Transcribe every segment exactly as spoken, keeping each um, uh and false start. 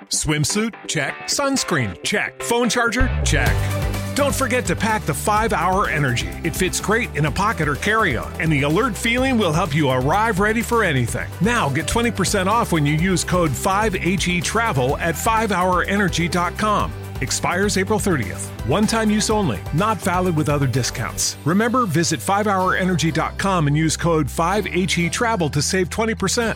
Swimsuit? Check. Sunscreen? Check. Phone charger? Check. Don't forget to pack the five hour Energy. It fits great in a pocket or carry-on, and the alert feeling will help you arrive ready for anything. Now get twenty percent off when you use code five H E Travel at five hour energy dot com. Expires April thirtieth. One-time use only. Not valid with other discounts. Remember, visit five hour energy dot com and use code five H E Travel to save twenty percent.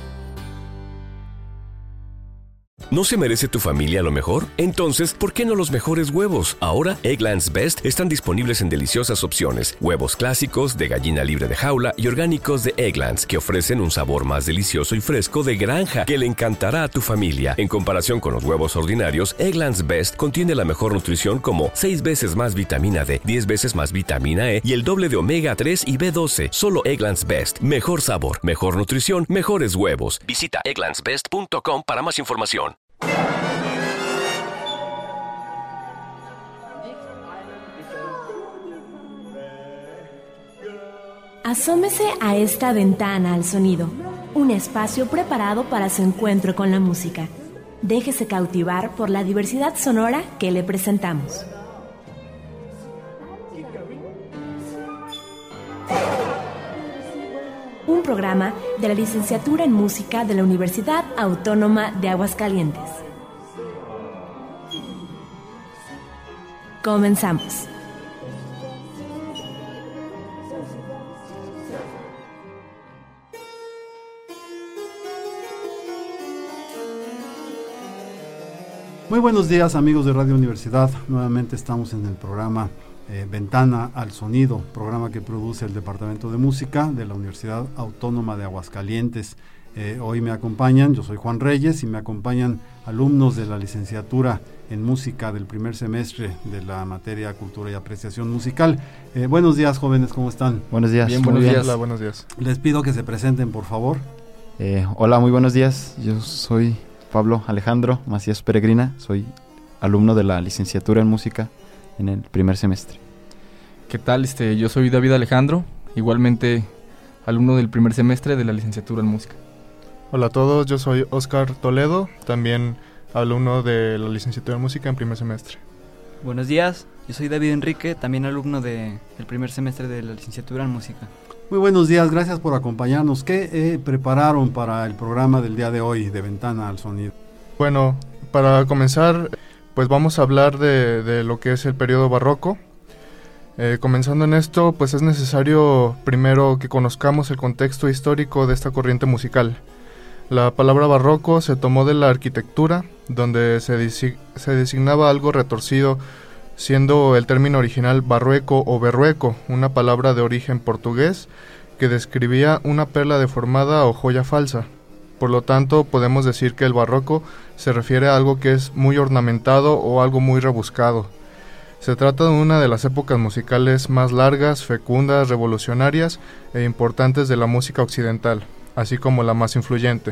¿No se merece tu familia lo mejor? Entonces, ¿por qué no los mejores huevos? Ahora, Eggland's Best están disponibles en deliciosas opciones. Huevos clásicos, de gallina libre de jaula y orgánicos de Eggland's, que ofrecen un sabor más delicioso y fresco de granja que le encantará a tu familia. En comparación con los huevos ordinarios, Eggland's Best contiene la mejor nutrición como seis veces más vitamina D, diez veces más vitamina E y el doble de omega tres y B doce. Solo Eggland's Best. Mejor sabor, mejor nutrición, mejores huevos. Visita egglands best punto com para más información. Asómese a esta ventana al sonido, un espacio preparado para su encuentro con la música. Déjese cautivar por la diversidad sonora que le presentamos. Un programa de la Licenciatura en Música de la Universidad Autónoma de Aguascalientes. Comenzamos. Muy buenos días, amigos de Radio Universidad. Nuevamente estamos en el programa eh, Ventana al Sonido, programa que produce el Departamento de Música de la Universidad Autónoma de Aguascalientes. Eh, hoy me acompañan, yo soy Juan Reyes, y me acompañan alumnos de la licenciatura en música del primer semestre de la materia Cultura y Apreciación Musical. Eh, buenos días, jóvenes, ¿cómo están? Buenos días. Bien, buenos días. Hola, buenos días. Les pido que se presenten, por favor. Eh, hola, muy buenos días. Yo soy Pablo Alejandro Macías Peregrina, soy alumno de la licenciatura en música en el primer semestre. ¿Qué tal? Este, yo soy David Alejandro, igualmente alumno del primer semestre de la licenciatura en música. Hola a todos, yo soy Oscar Toledo, también alumno de la licenciatura en música en primer semestre. Buenos días, yo soy David Enrique, también alumno del primer semestre de la licenciatura en música. Muy buenos días, gracias por acompañarnos. ¿Qué eh, prepararon para el programa del día de hoy de Ventana al Sonido? Bueno, para comenzar, pues vamos a hablar de, de lo que es el periodo barroco. Eh, comenzando en esto, pues es necesario primero que conozcamos el contexto histórico de esta corriente musical. La palabra barroco se tomó de la arquitectura, donde se, desi- se designaba algo retorcido, siendo el término original barrueco o berrueco, una palabra de origen portugués que describía una perla deformada o joya falsa. Por lo tanto, podemos decir que el barroco se refiere a algo que es muy ornamentado o algo muy rebuscado. Se trata de una de las épocas musicales más largas, fecundas, revolucionarias e importantes de la música occidental, así como la más influyente.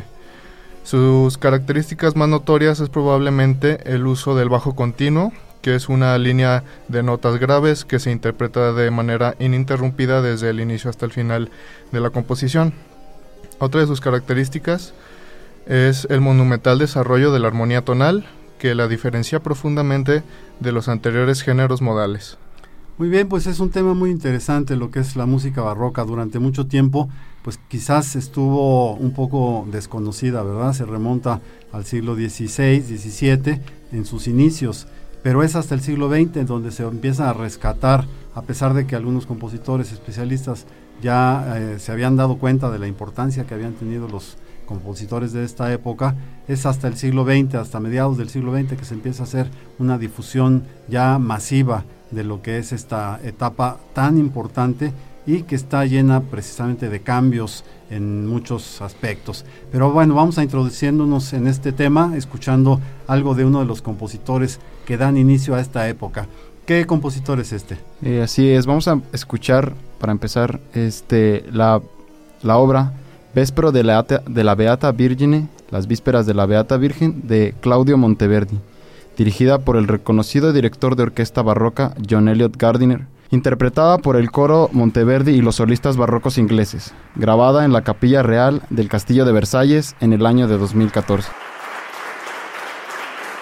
Sus características más notorias es probablemente el uso del bajo continuo, que es una línea de notas graves que se interpreta de manera ininterrumpida desde el inicio hasta el final de la composición. Otra de sus características es el monumental desarrollo de la armonía tonal, que la diferencia profundamente de los anteriores géneros modales. Muy bien, pues es un tema muy interesante lo que es la música barroca. Durante mucho tiempo, pues quizás estuvo un poco desconocida, ¿verdad? Se remonta al siglo dieciséis, diecisiete en sus inicios, pero es hasta el siglo veinte en donde se empieza a rescatar, a pesar de que algunos compositores especialistas ya eh, se habían dado cuenta de la importancia que habían tenido los compositores de esta época. Es hasta el siglo veinte, hasta mediados del siglo veinte, que se empieza a hacer una difusión ya masiva de lo que es esta etapa tan importante y que está llena precisamente de cambios en muchos aspectos. Pero bueno, vamos a introduciéndonos en este tema, escuchando algo de uno de los compositores que dan inicio a esta época. ¿Qué compositor es este? Eh, así es, vamos a escuchar, para empezar, este la, la obra Véspero de la, de la Beata Virgine, las vísperas de la Beata Virgen, de Claudio Monteverdi, dirigida por el reconocido director de orquesta barroca John Eliot Gardiner, interpretada por el coro Monteverdi y los solistas barrocos ingleses, grabada en la Capilla Real del Castillo de Versalles en el año de dos mil catorce.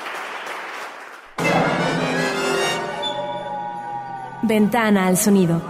Ventana al sonido.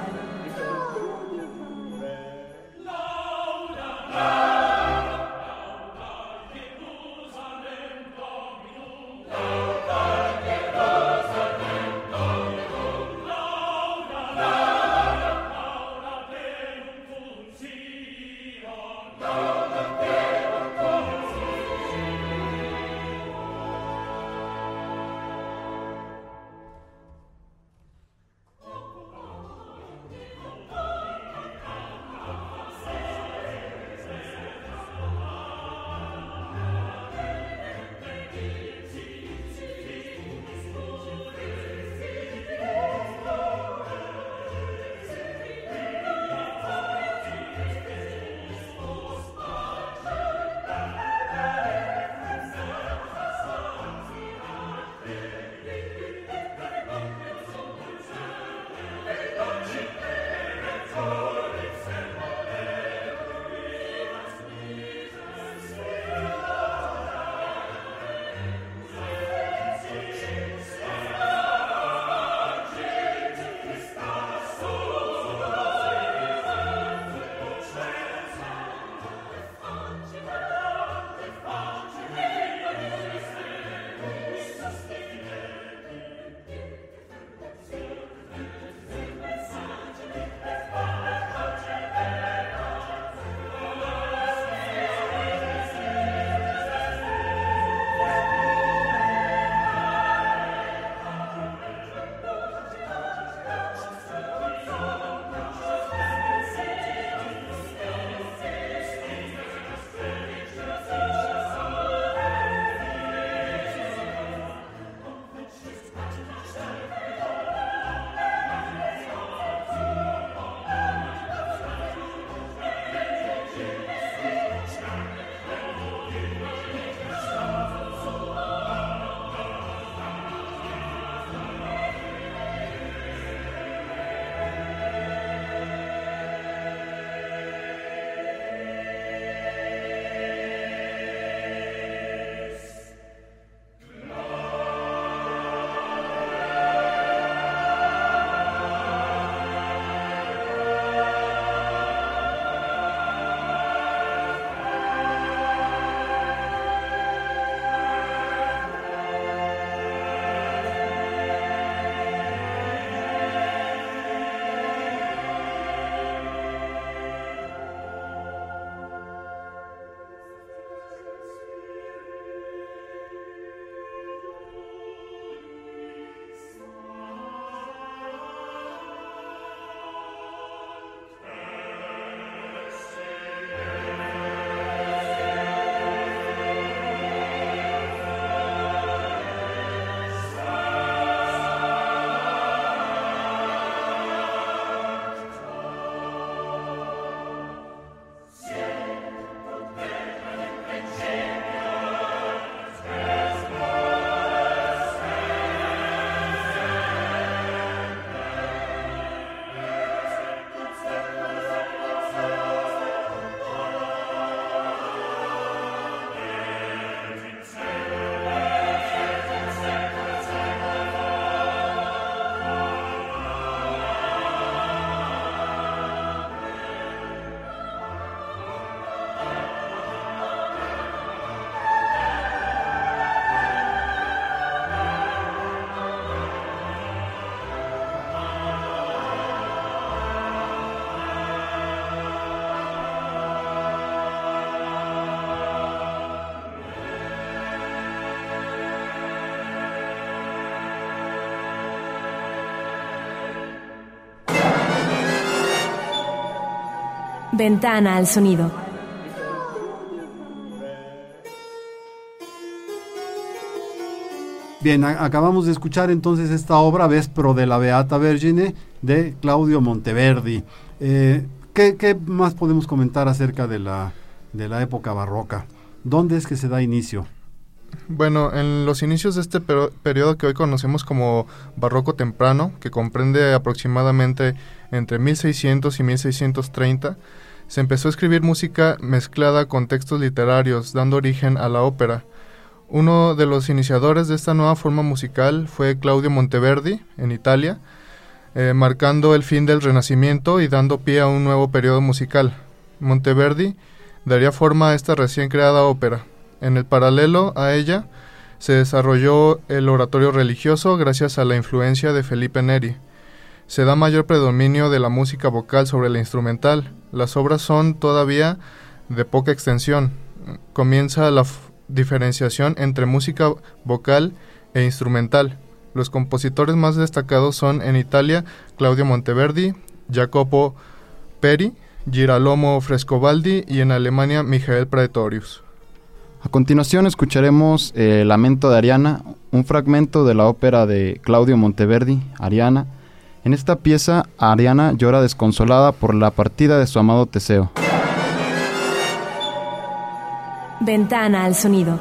Ventana al sonido. Bien, a- acabamos de escuchar entonces esta obra Vespro de la Beata Vergine de Claudio Monteverdi. Eh, ¿qué, qué más podemos comentar acerca de la, de la época barroca? ¿Dónde es que se da inicio? Bueno, en los inicios de este pero- periodo que hoy conocemos como barroco temprano, que comprende aproximadamente entre mil seiscientos y mil seiscientos treinta, se empezó a escribir música mezclada con textos literarios, dando origen a la ópera. Uno de los iniciadores de esta nueva forma musical fue Claudio Monteverdi, en Italia. eh, marcando el fin del Renacimiento y dando pie a un nuevo periodo musical. Monteverdi daría forma a esta recién creada ópera. En el paralelo a ella se desarrolló el oratorio religioso gracias a la influencia de Felipe Neri. Se da mayor predominio de la música vocal sobre la instrumental. Las obras son todavía de poca extensión. Comienza la f- diferenciación entre música vocal e instrumental. Los compositores más destacados son en Italia Claudio Monteverdi, Jacopo Peri, Girolamo Frescobaldi y en Alemania Michael Praetorius. A continuación escucharemos eh, Lamento de Ariana, un fragmento de la ópera de Claudio Monteverdi, Ariana. En esta pieza, Ariana llora desconsolada por la partida de su amado Teseo. Ventana al sonido.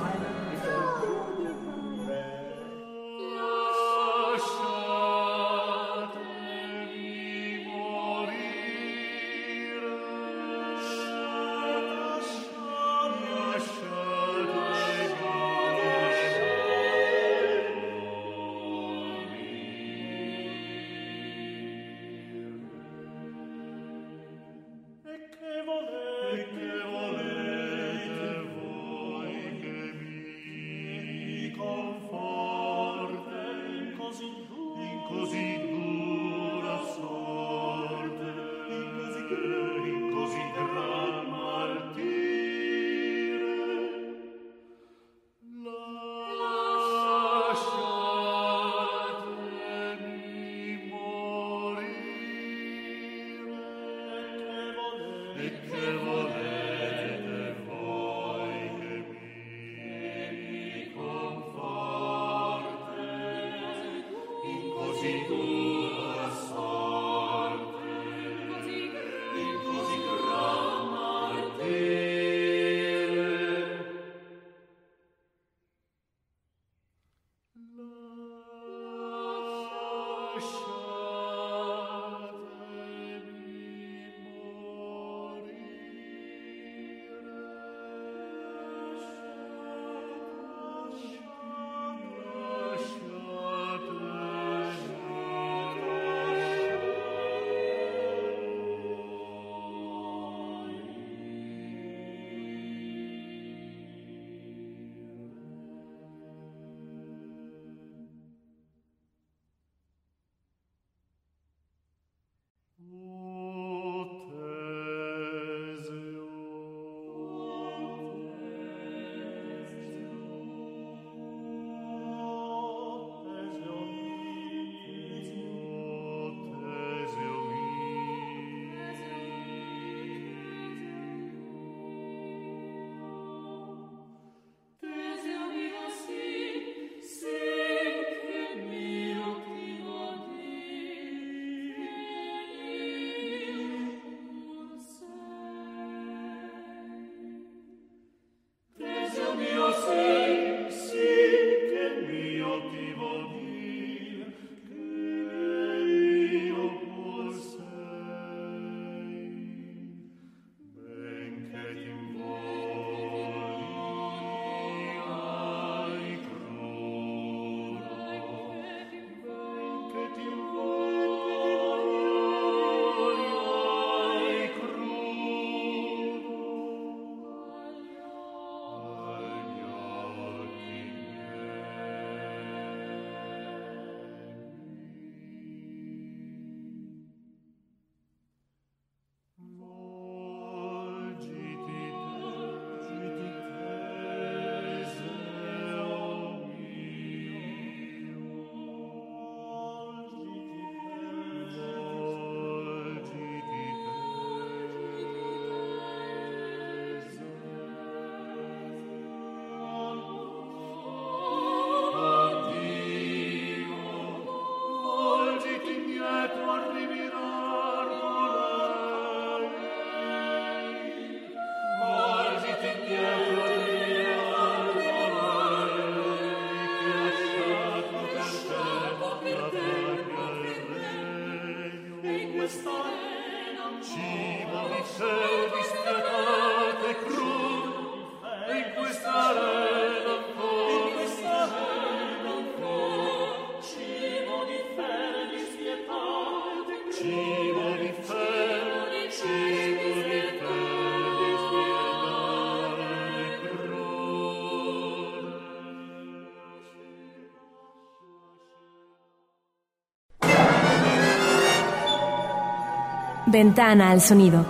Ventana al sonido.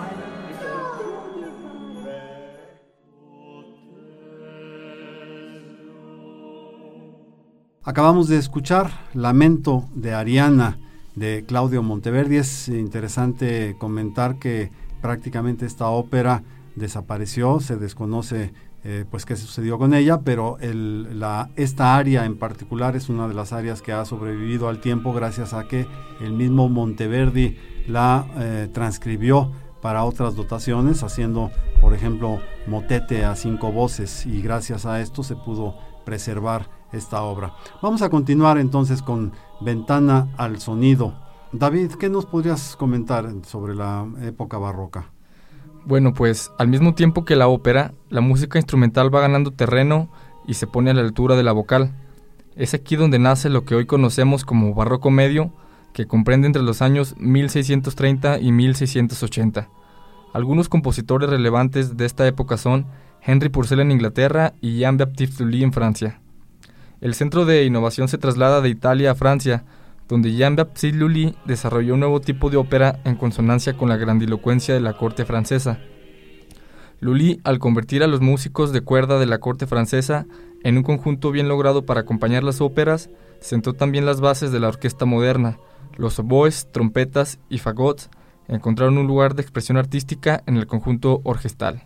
Acabamos de escuchar Lamento de Ariana de Claudio Monteverdi. Es interesante comentar que prácticamente esta ópera desapareció, se desconoce eh, pues qué sucedió con ella, pero el, la, esta aria en particular es una de las arias que ha sobrevivido al tiempo gracias a que el mismo Monteverdi la eh, transcribió para otras dotaciones, haciendo por ejemplo motete a cinco voces, y gracias a esto se pudo preservar esta obra. Vamos a continuar entonces con Ventana al sonido. David, ¿qué nos podrías comentar sobre la época barroca? Bueno, pues al mismo tiempo que la ópera, la música instrumental va ganando terreno y se pone a la altura de la vocal. Es aquí donde nace lo que hoy conocemos como barroco medio, que comprende entre los años mil seiscientos treinta y mil seiscientos ochenta. Algunos compositores relevantes de esta época son Henry Purcell en Inglaterra y Jean-Baptiste Lully en Francia. El centro de innovación se traslada de Italia a Francia, donde Jean-Baptiste Lully desarrolló un nuevo tipo de ópera en consonancia con la grandilocuencia de la corte francesa. Lully, al convertir a los músicos de cuerda de la corte francesa en un conjunto bien logrado para acompañar las óperas, sentó también las bases de la orquesta moderna. Los oboes, trompetas y fagots encontraron un lugar de expresión artística en el conjunto orquestal.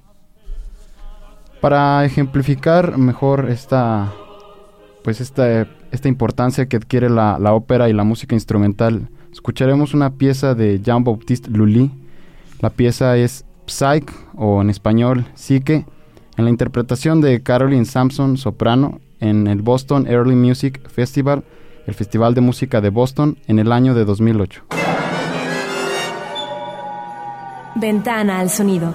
Para ejemplificar mejor esta, pues esta, esta importancia que adquiere la, la ópera y la música instrumental, escucharemos una pieza de Jean-Baptiste Lully. La pieza es Psyche, o en español Psique, en la interpretación de Caroline Sampson, soprano, en el Boston Early Music Festival, el Festival de Música de Boston, en el año de dos mil ocho. Ventana al sonido.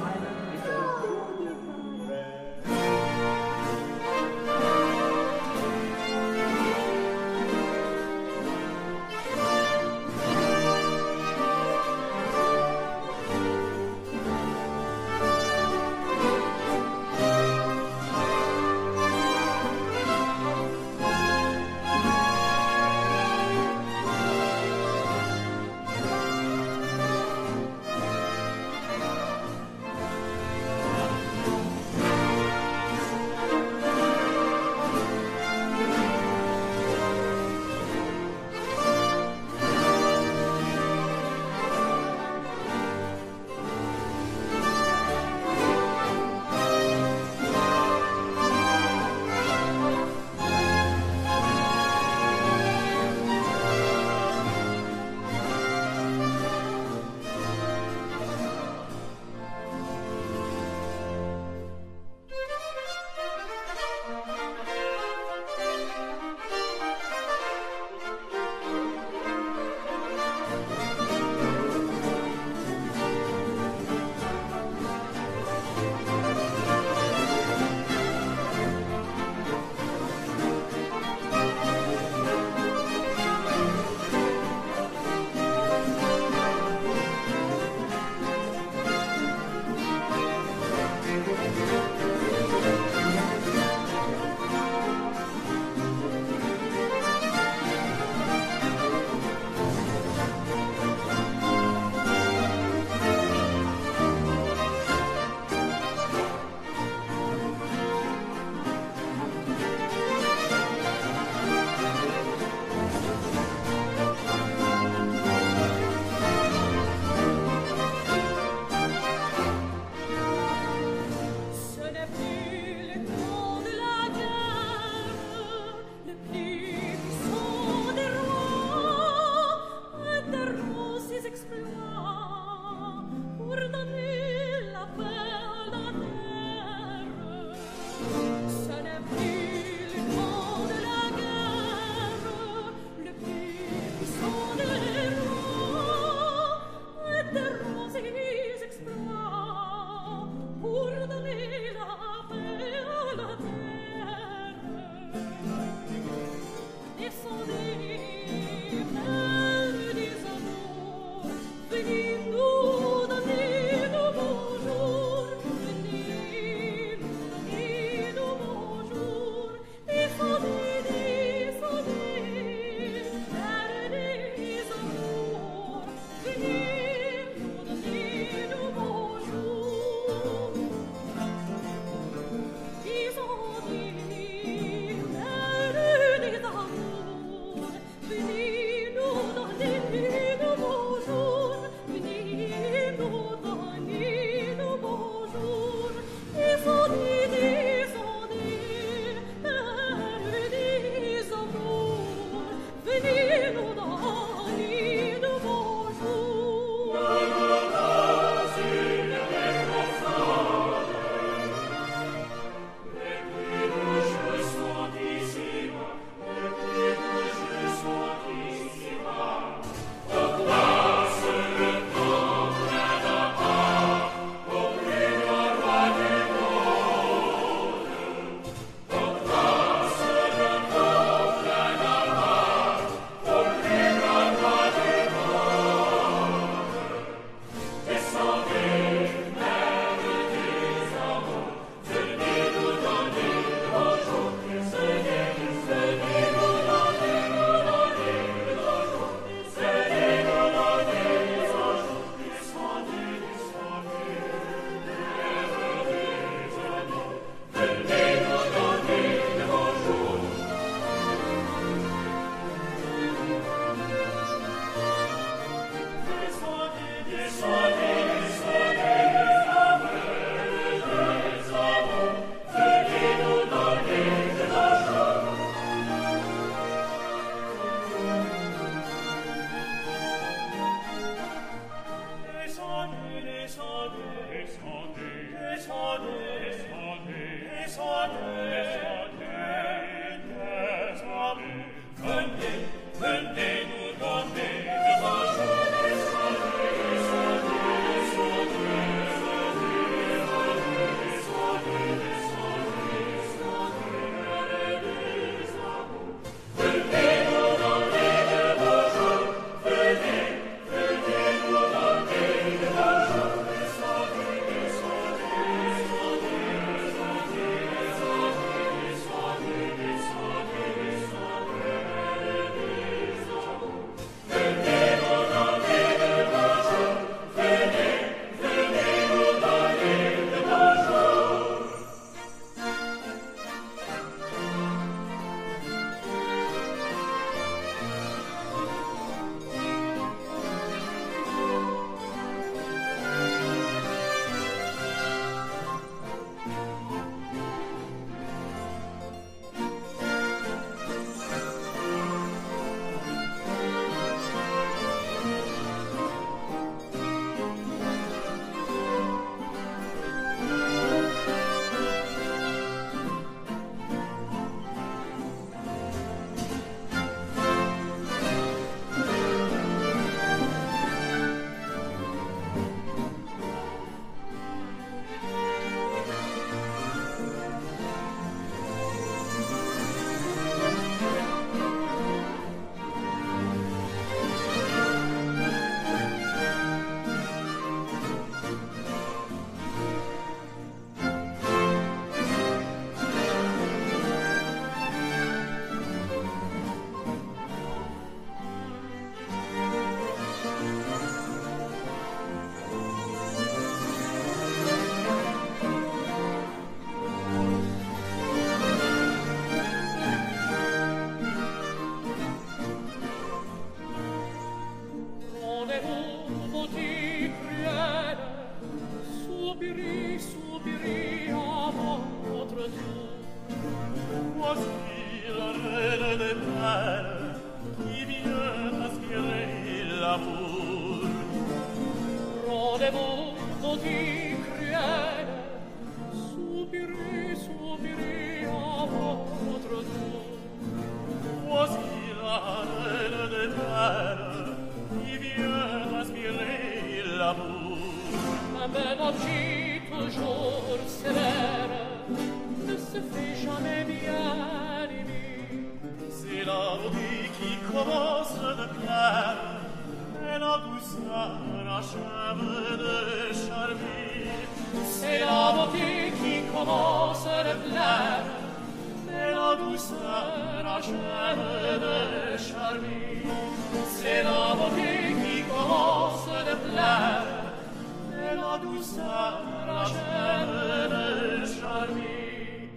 l'amour, un mélange toujours sévère ne se fait jamais bien aimer. C'est l'envie qui commence de plaire, et la douceur achève de charmer. C'est l'envie qui commence de plaire, et la douceur achève de charmer. C'est l'envie qui commence de plaire, et la douceur achève de charmer.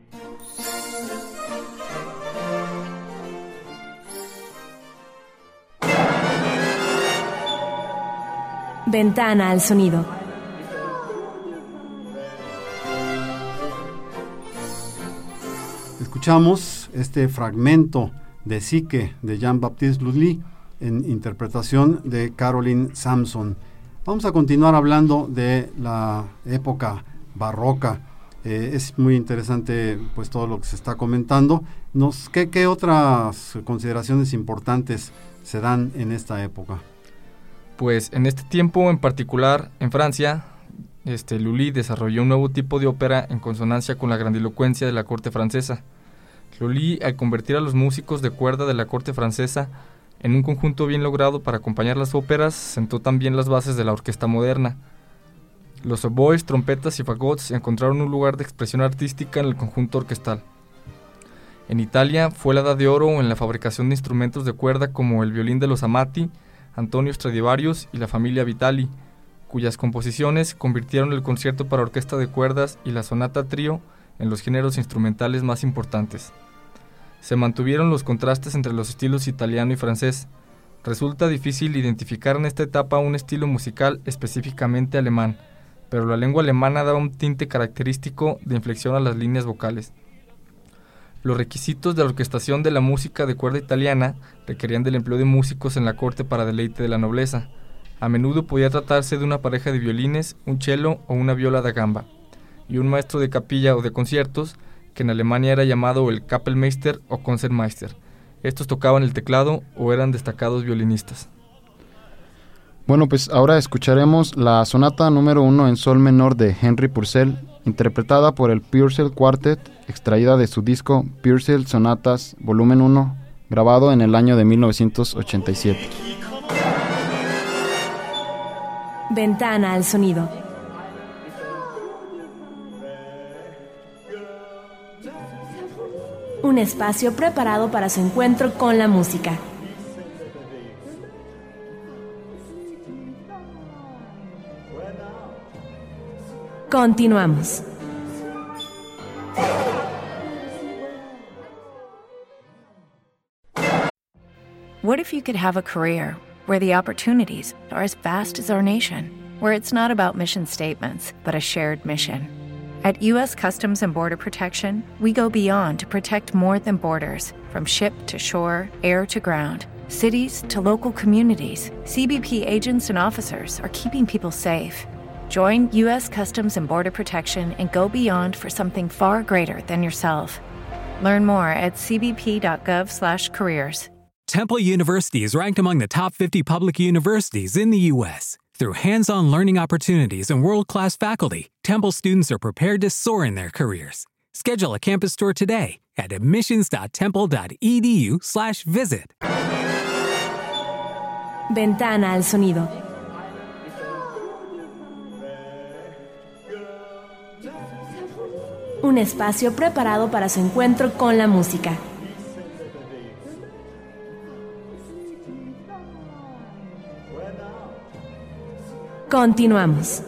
Ventana al sonido. Escuchamos este fragmento de Psique de Jean-Baptiste Lully en interpretación de Caroline Samson. Vamos a continuar hablando de la época barroca. Eh, es muy interesante pues todo lo que se está comentando. Nos, ¿qué, ¿Qué otras consideraciones importantes se dan en esta época? Pues en este tiempo en particular en Francia, este, Lully desarrolló un nuevo tipo de ópera en consonancia con la grandilocuencia de la corte francesa. Lully, al convertir a los músicos de cuerda de la corte francesa en un conjunto bien logrado para acompañar las óperas, sentó también las bases de la orquesta moderna. Los oboes, trompetas y fagots encontraron un lugar de expresión artística en el conjunto orquestal. En Italia fue la edad de oro en la fabricación de instrumentos de cuerda como el violín de los Amati, Antonio Stradivarius y la familia Vitali, cuyas composiciones convirtieron el concierto para orquesta de cuerdas y la sonata trío en los géneros instrumentales más importantes. Se mantuvieron los contrastes entre los estilos italiano y francés. Resulta difícil identificar en esta etapa un estilo musical específicamente alemán, pero la lengua alemana da un tinte característico de inflexión a las líneas vocales. Los requisitos de la orquestación de la música de cuerda italiana requerían del empleo de músicos en la corte para deleite de la nobleza. A menudo podía tratarse de una pareja de violines, un cello o una viola da gamba, y un maestro de capilla o de conciertos, que en Alemania era llamado el Kapellmeister o Concertmeister. Estos tocaban el teclado o eran destacados violinistas. Bueno, pues ahora escucharemos la sonata número uno en sol menor de Henry Purcell, interpretada por el Purcell Quartet, extraída de su disco Purcell Sonatas volumen uno, grabado en el año de mil novecientos ochenta y siete. Ventana al sonido. Un espacio preparado para su encuentro con la música. Continuamos. What if you could have a career where the opportunities are as vast as our nation, where it's not about mission statements, but a shared mission? At U S Customs and Border Protection, we go beyond to protect more than borders. From ship to shore, air to ground, cities to local communities, C B P agents and officers are keeping people safe. Join U S Customs and Border Protection and go beyond for something far greater than yourself. Learn more at c b p dot gov slash careers. Temple University is ranked among the top fifty public universities in the U S Through hands-on learning opportunities and world-class faculty, Temple students are prepared to soar in their careers. Schedule a campus tour today at admissions dot temple dot e d u slash visit. Ventana al sonido. Un espacio preparado para su encuentro con la música. Continuamos.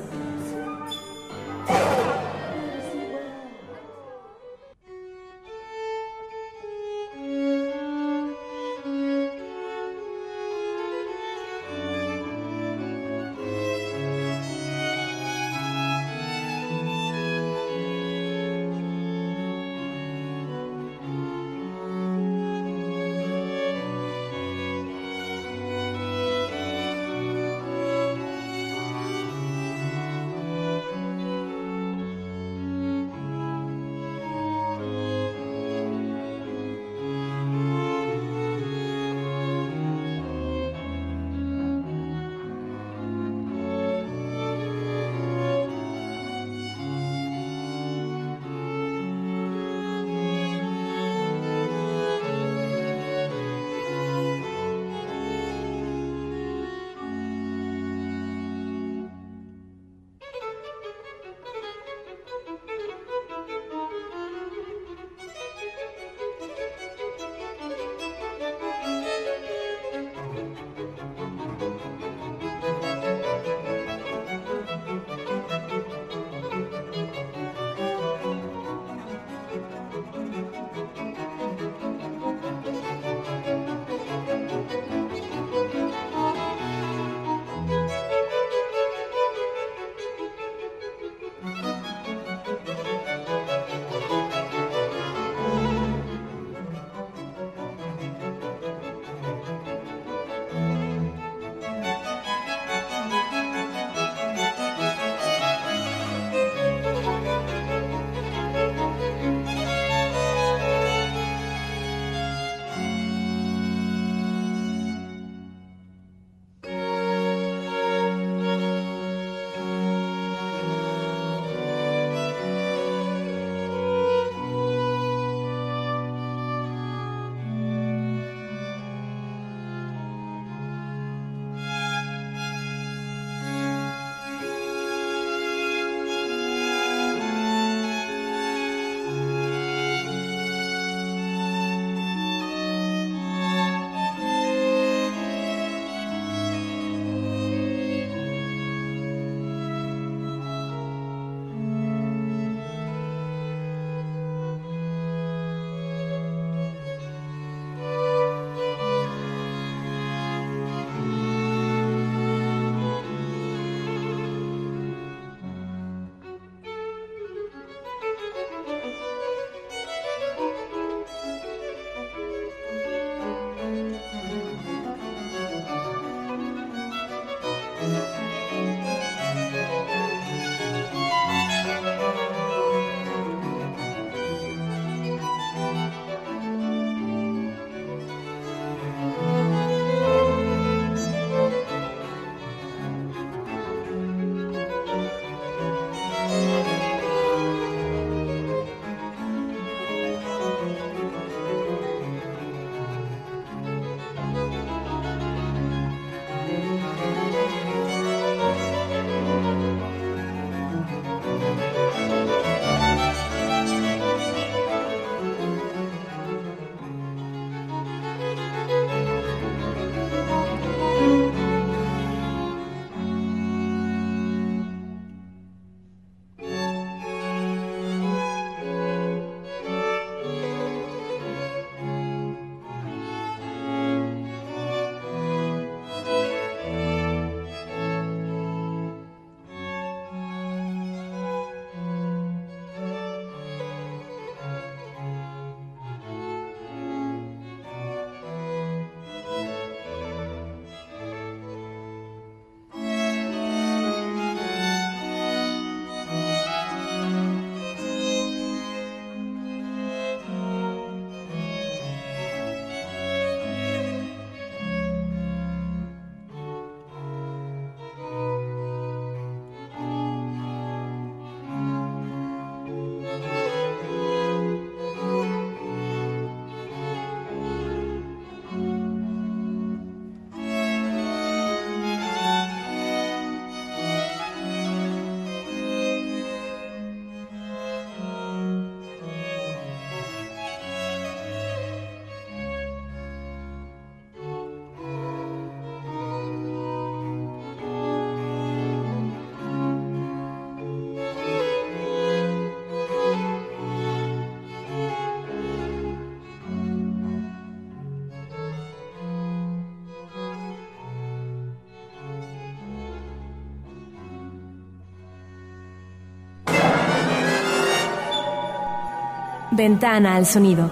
Ventana al sonido.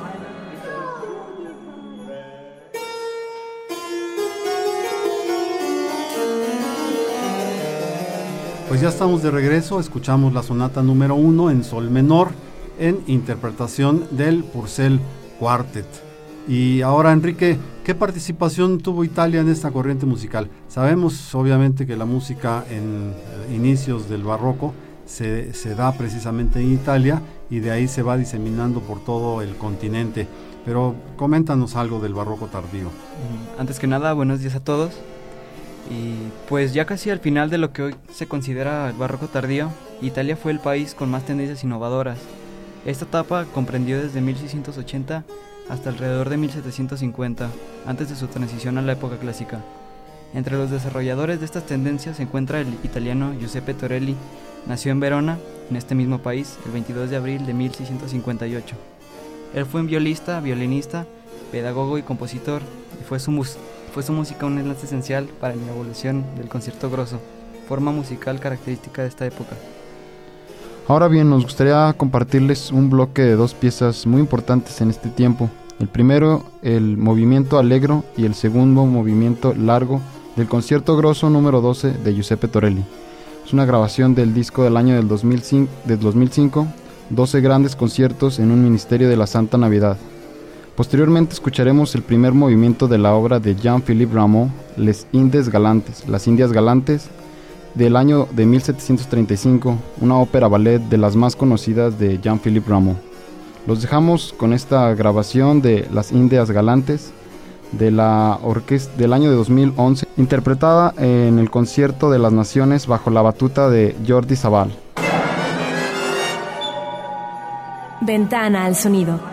Pues ya estamos de regreso, escuchamos la sonata número uno en sol menor en interpretación del Purcell Quartet. Y ahora, Enrique, ¿qué participación tuvo Italia en esta corriente musical? Sabemos obviamente que la música en eh, inicios del barroco se, se da precisamente en Italia y de ahí se va diseminando por todo el continente, pero coméntanos algo del barroco tardío. Antes que nada, buenos días a todos. Y pues ya casi al final de lo que hoy se considera el barroco tardío, Italia fue el país con más tendencias innovadoras. Esta etapa comprendió desde mil seiscientos ochenta hasta alrededor de mil setecientos cincuenta, antes de su transición a la época clásica. Entre los desarrolladores de estas tendencias se encuentra el italiano Giuseppe Torelli. Nació en Verona, en este mismo país, el veintidós de abril de mil seiscientos cincuenta y ocho. Él fue un violista, violinista, pedagogo y compositor, y fue su música. Fue su música un enlace esencial para la evolución del concierto grosso, forma musical característica de esta época. Ahora bien, nos gustaría compartirles un bloque de dos piezas muy importantes en este tiempo. El primero, el movimiento allegro, y el segundo, movimiento largo, del concierto grosso número doce de Giuseppe Torelli. Es una grabación del disco del año del dos mil cinco, del dos mil cinco, doce grandes conciertos en un ministerio de la Santa Navidad. Posteriormente escucharemos el primer movimiento de la obra de Jean-Philippe Rameau, Les Indes Galantes, Las Indias Galantes, del año de mil setecientos treinta y cinco, una ópera ballet de las más conocidas de Jean-Philippe Rameau. Los dejamos con esta grabación de Las Indias Galantes de la orquesta del año de dos mil once, interpretada en el Concierto de las Naciones bajo la batuta de Jordi Savall. Ventana al sonido.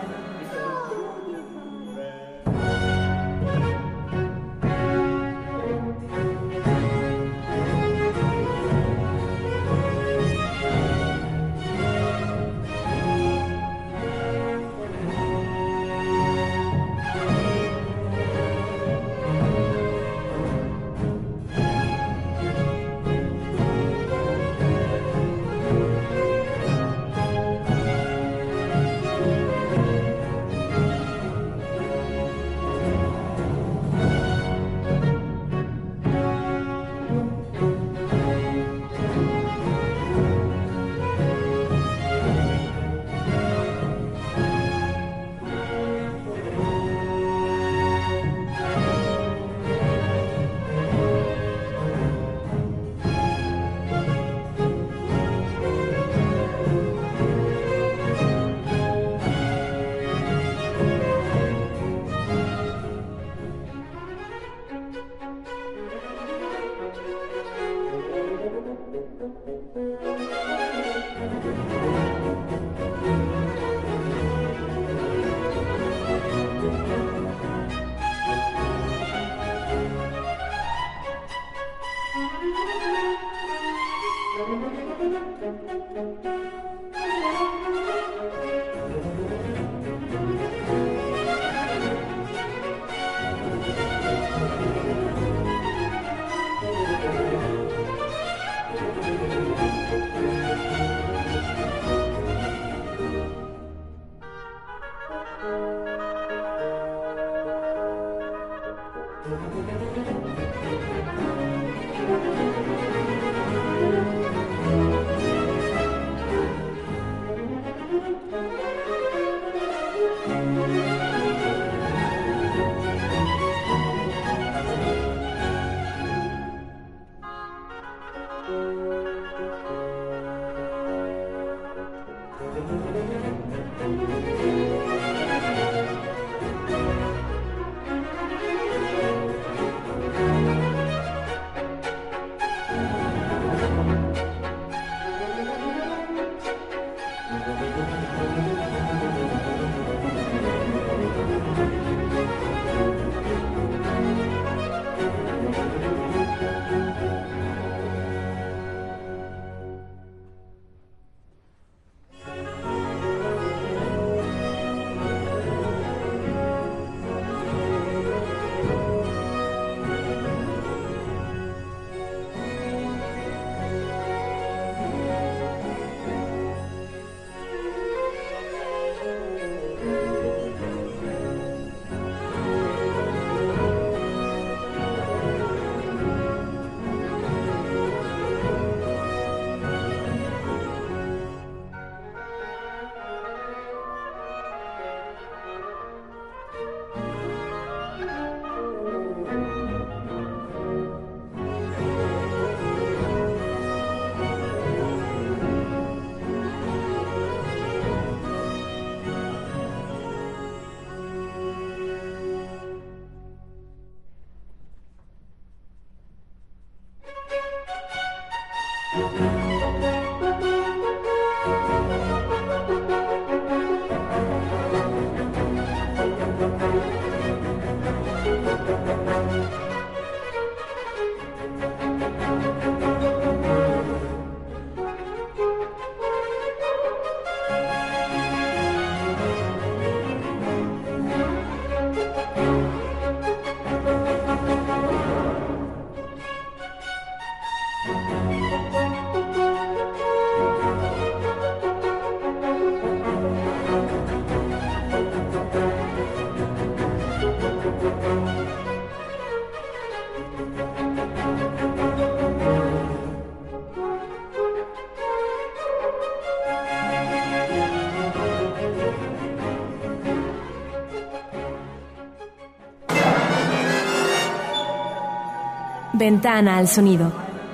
Ventana al sonido.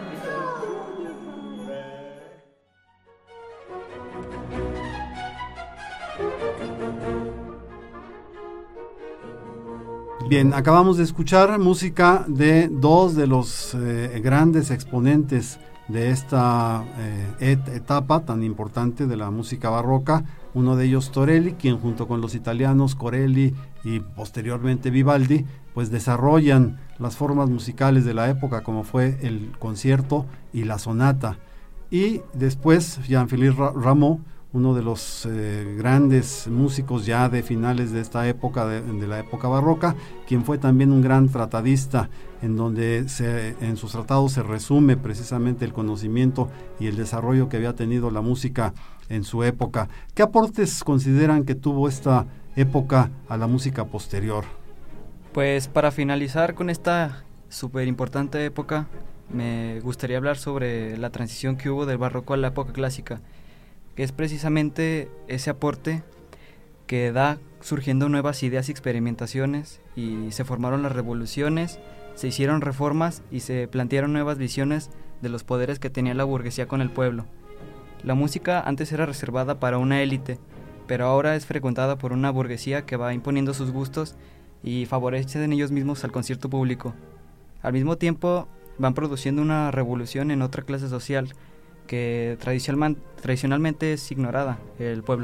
Bien, acabamos de escuchar música de dos de los eh, grandes exponentes de esta eh, et- etapa tan importante de la música barroca. Uno de ellos Torelli, quien junto con los italianos Corelli y posteriormente Vivaldi, pues desarrollan las formas musicales de la época, como fue el concierto y la sonata. Y después Jean-Philippe Ra- Rameau, uno de los eh, grandes músicos ya de finales de esta época, de, de la época barroca, quien fue también un gran tratadista, en donde se, en sus tratados se resume precisamente el conocimiento y el desarrollo que había tenido la música en su época. ¿Qué aportes consideran que tuvo esta época a la música posterior? Pues para finalizar con esta súper importante época, me gustaría hablar sobre la transición que hubo del barroco a la época clásica, que es precisamente ese aporte que da surgiendo nuevas ideas y experimentaciones, y se formaron las revoluciones, se hicieron reformas y se plantearon nuevas visiones de los poderes que tenía la burguesía con el pueblo. La música antes era reservada para una élite, pero ahora es frecuentada por una burguesía que va imponiendo sus gustos y favorecen ellos mismos al concierto público. Al mismo tiempo van produciendo una revolución en otra clase social que tradicional, tradicionalmente es ignorada, el pueblo.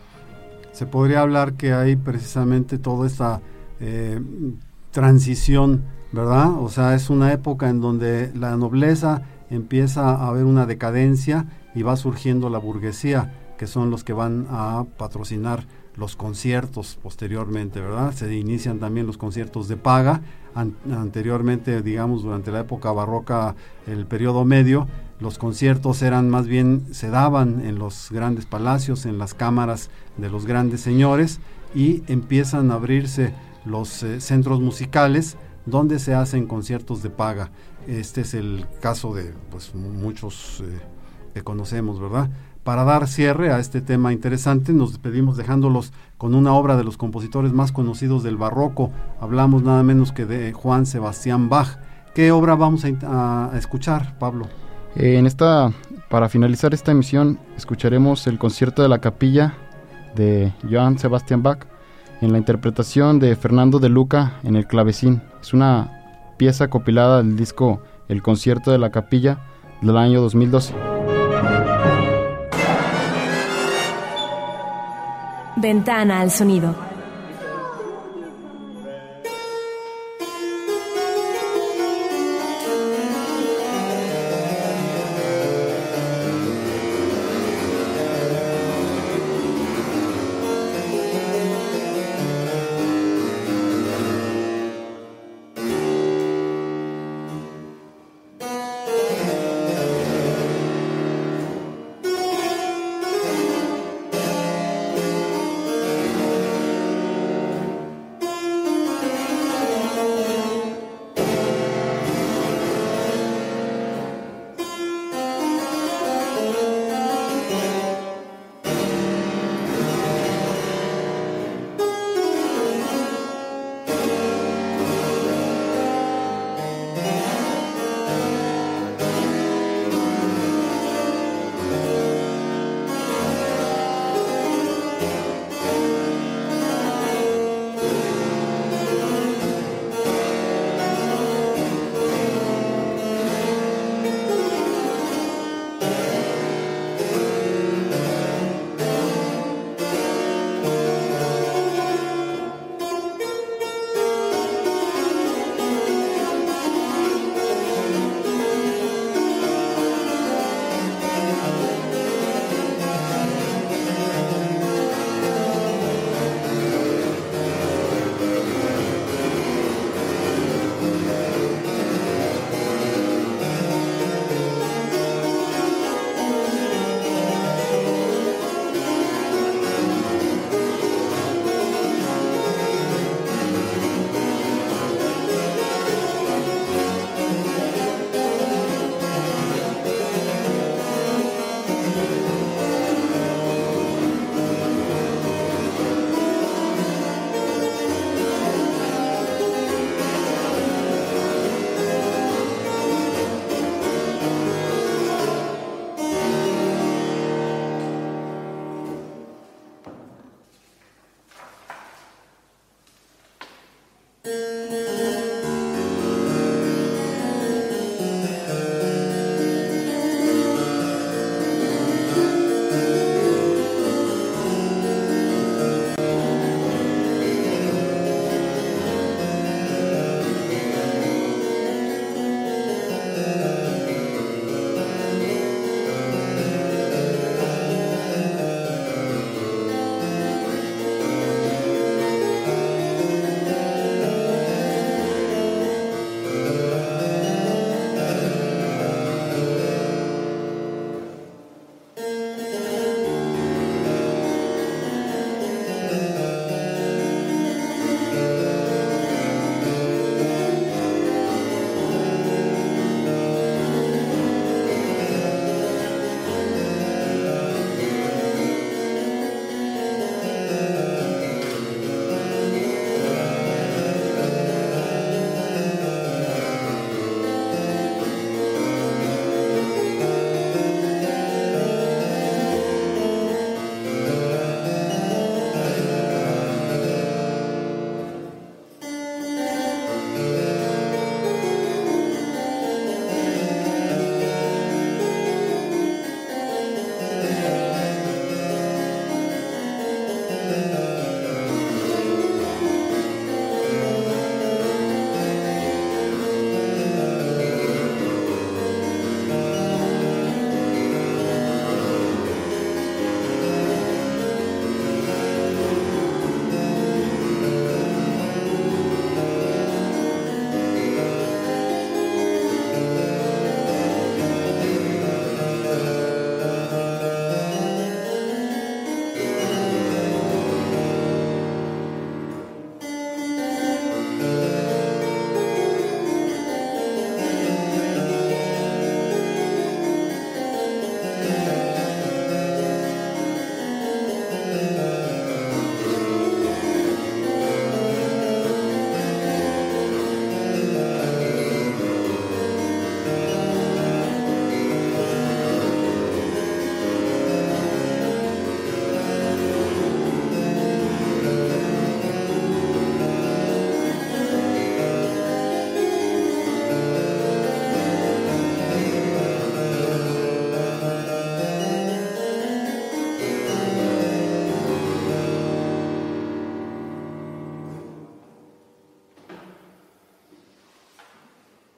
Se podría hablar que hay precisamente toda esta eh, transición, ¿verdad? O sea, es una época en donde la nobleza empieza a haber una decadencia y va surgiendo la burguesía, que son los que van a patrocinar los conciertos posteriormente, ¿verdad? Se inician también los conciertos de paga. An- anteriormente, digamos, durante la época barroca, el periodo medio, los conciertos eran más bien, se daban en los grandes palacios, en las cámaras de los grandes señores, y empiezan a abrirse los eh, centros musicales donde se hacen conciertos de paga. Este es el caso de pues muchos eh, que conocemos, ¿verdad? Para dar cierre a este tema interesante, nos despedimos dejándolos con una obra de los compositores más conocidos del barroco. Hablamos nada menos que de Juan Sebastián Bach. ¿Qué obra vamos a, a escuchar, Pablo? Eh, en esta, para finalizar esta emisión, escucharemos el concierto de la capilla de Johann Sebastian Bach en la interpretación de Fernando de Luca en el clavecín. Es una pieza compilada del disco El concierto de la capilla del año dos mil doce. Ventana al sonido.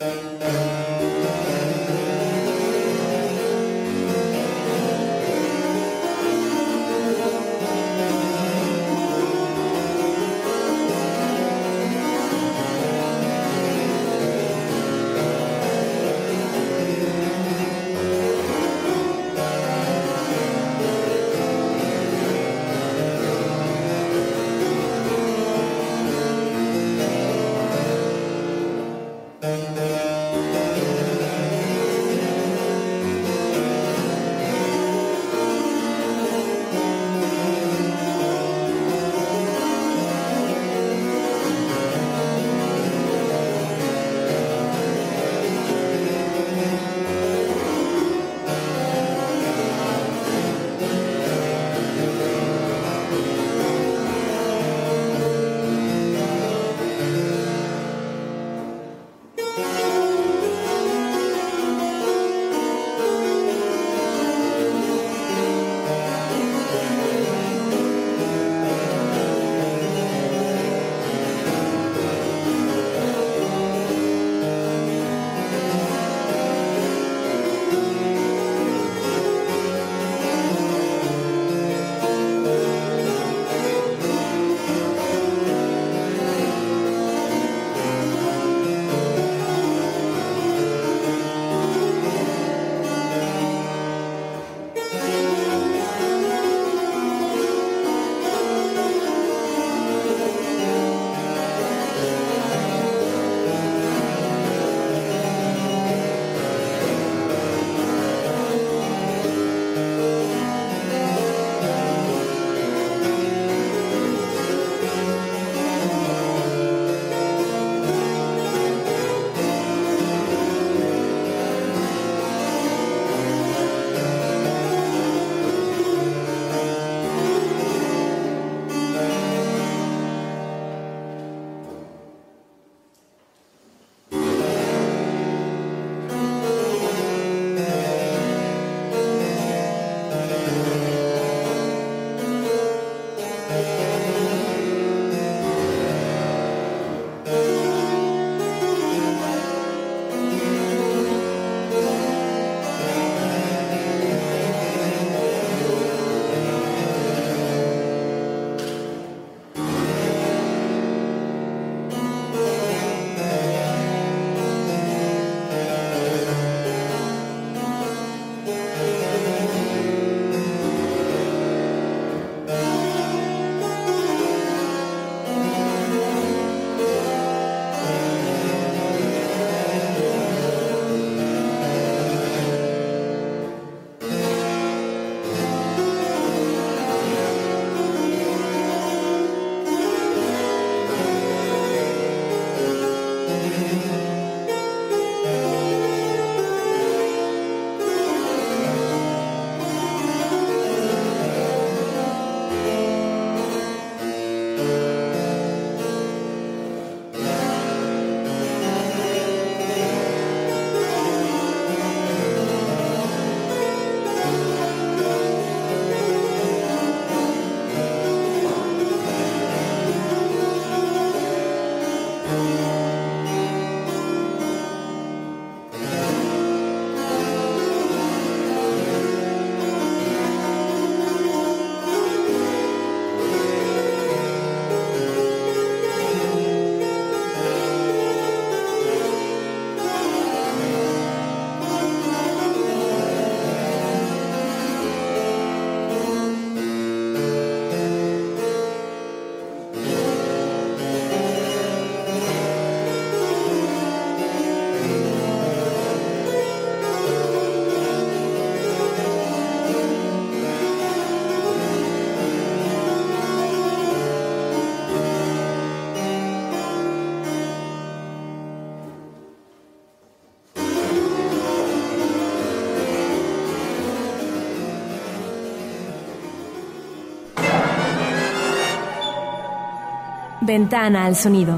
Ventana al sonido.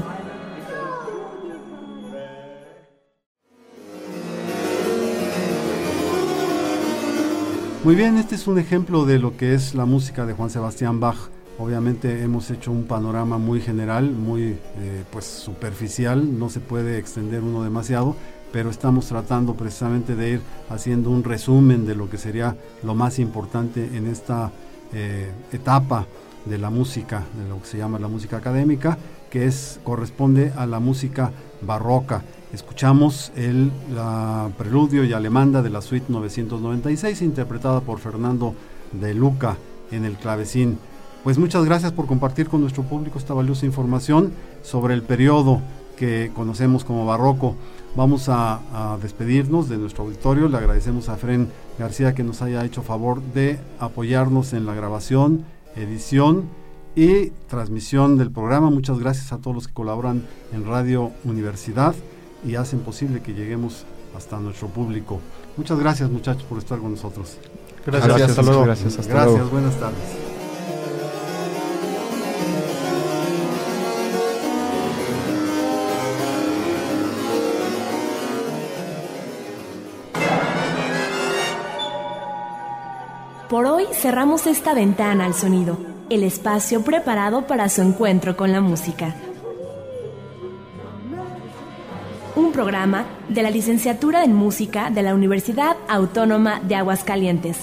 Muy bien, este es un ejemplo de lo que es la música de Juan Sebastián Bach Obviamente hemos hecho un panorama muy general, muy eh, pues superficial, no se puede extender uno demasiado, pero estamos tratando precisamente de ir haciendo un resumen de lo que sería lo más importante en esta eh, etapa de la música, de lo que se llama la música académica, que es corresponde a la música barroca. Escuchamos el la preludio y alemanda de la suite novecientos noventa y seis, interpretada por Fernando de Luca en el clavecín. Pues muchas gracias por compartir con nuestro público esta valiosa información sobre el periodo que conocemos como barroco. Vamos a, a despedirnos de nuestro auditorio. Le agradecemos a Efrén García que nos haya hecho favor de apoyarnos en la grabación, edición y transmisión del programa. Muchas gracias a todos los que colaboran en Radio Universidad y hacen posible que lleguemos hasta nuestro público. Muchas gracias, muchachos, por estar con nosotros. Gracias, gracias hasta luego. Gracias, hasta gracias luego. Buenas tardes. Por hoy cerramos esta ventana al sonido, el espacio preparado para su encuentro con la música. Un programa de la Licenciatura en Música de la Universidad Autónoma de Aguascalientes.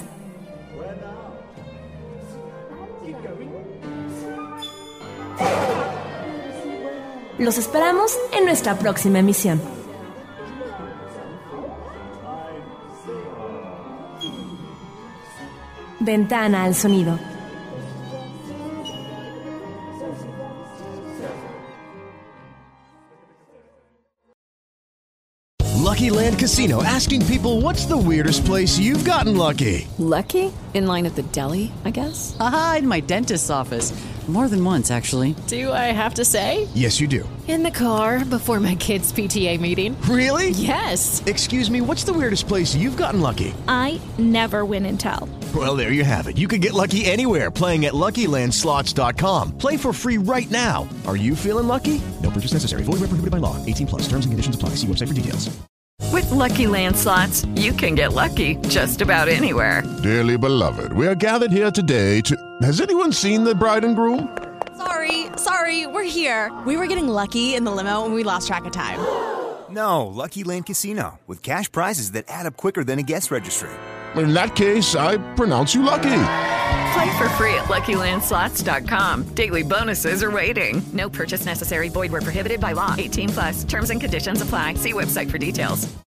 Los esperamos en nuestra próxima emisión. Ventana al sonido. Lucky Land Casino, asking people, what's the weirdest place you've gotten lucky? Lucky? In line at the deli, I guess? Aha, in my dentist's office. More than once, actually. Do I have to say? Yes, you do. In the car before my kids' P T A meeting. Really? Yes. Excuse me, what's the weirdest place you've gotten lucky? I never win and tell. Well, there you have it. You can get lucky anywhere, playing at Lucky Land Slots dot com. Play for free right now. Are you feeling lucky? No purchase necessary. Void where prohibited by law. eighteen plus. Terms and conditions apply. See website for details. With Lucky Land Slots, you can get lucky just about anywhere. Dearly beloved, we are gathered here today to... Has anyone seen the bride and groom? Sorry, sorry, we're here. We were getting lucky in the limo and we lost track of time. No, Lucky Land Casino, with cash prizes that add up quicker than a guest registry. In that case, I pronounce you lucky. Play for free at Lucky Land Slots dot com. Daily bonuses are waiting. No purchase necessary. Void where prohibited by law. eighteen plus. Terms and conditions apply. See website for details.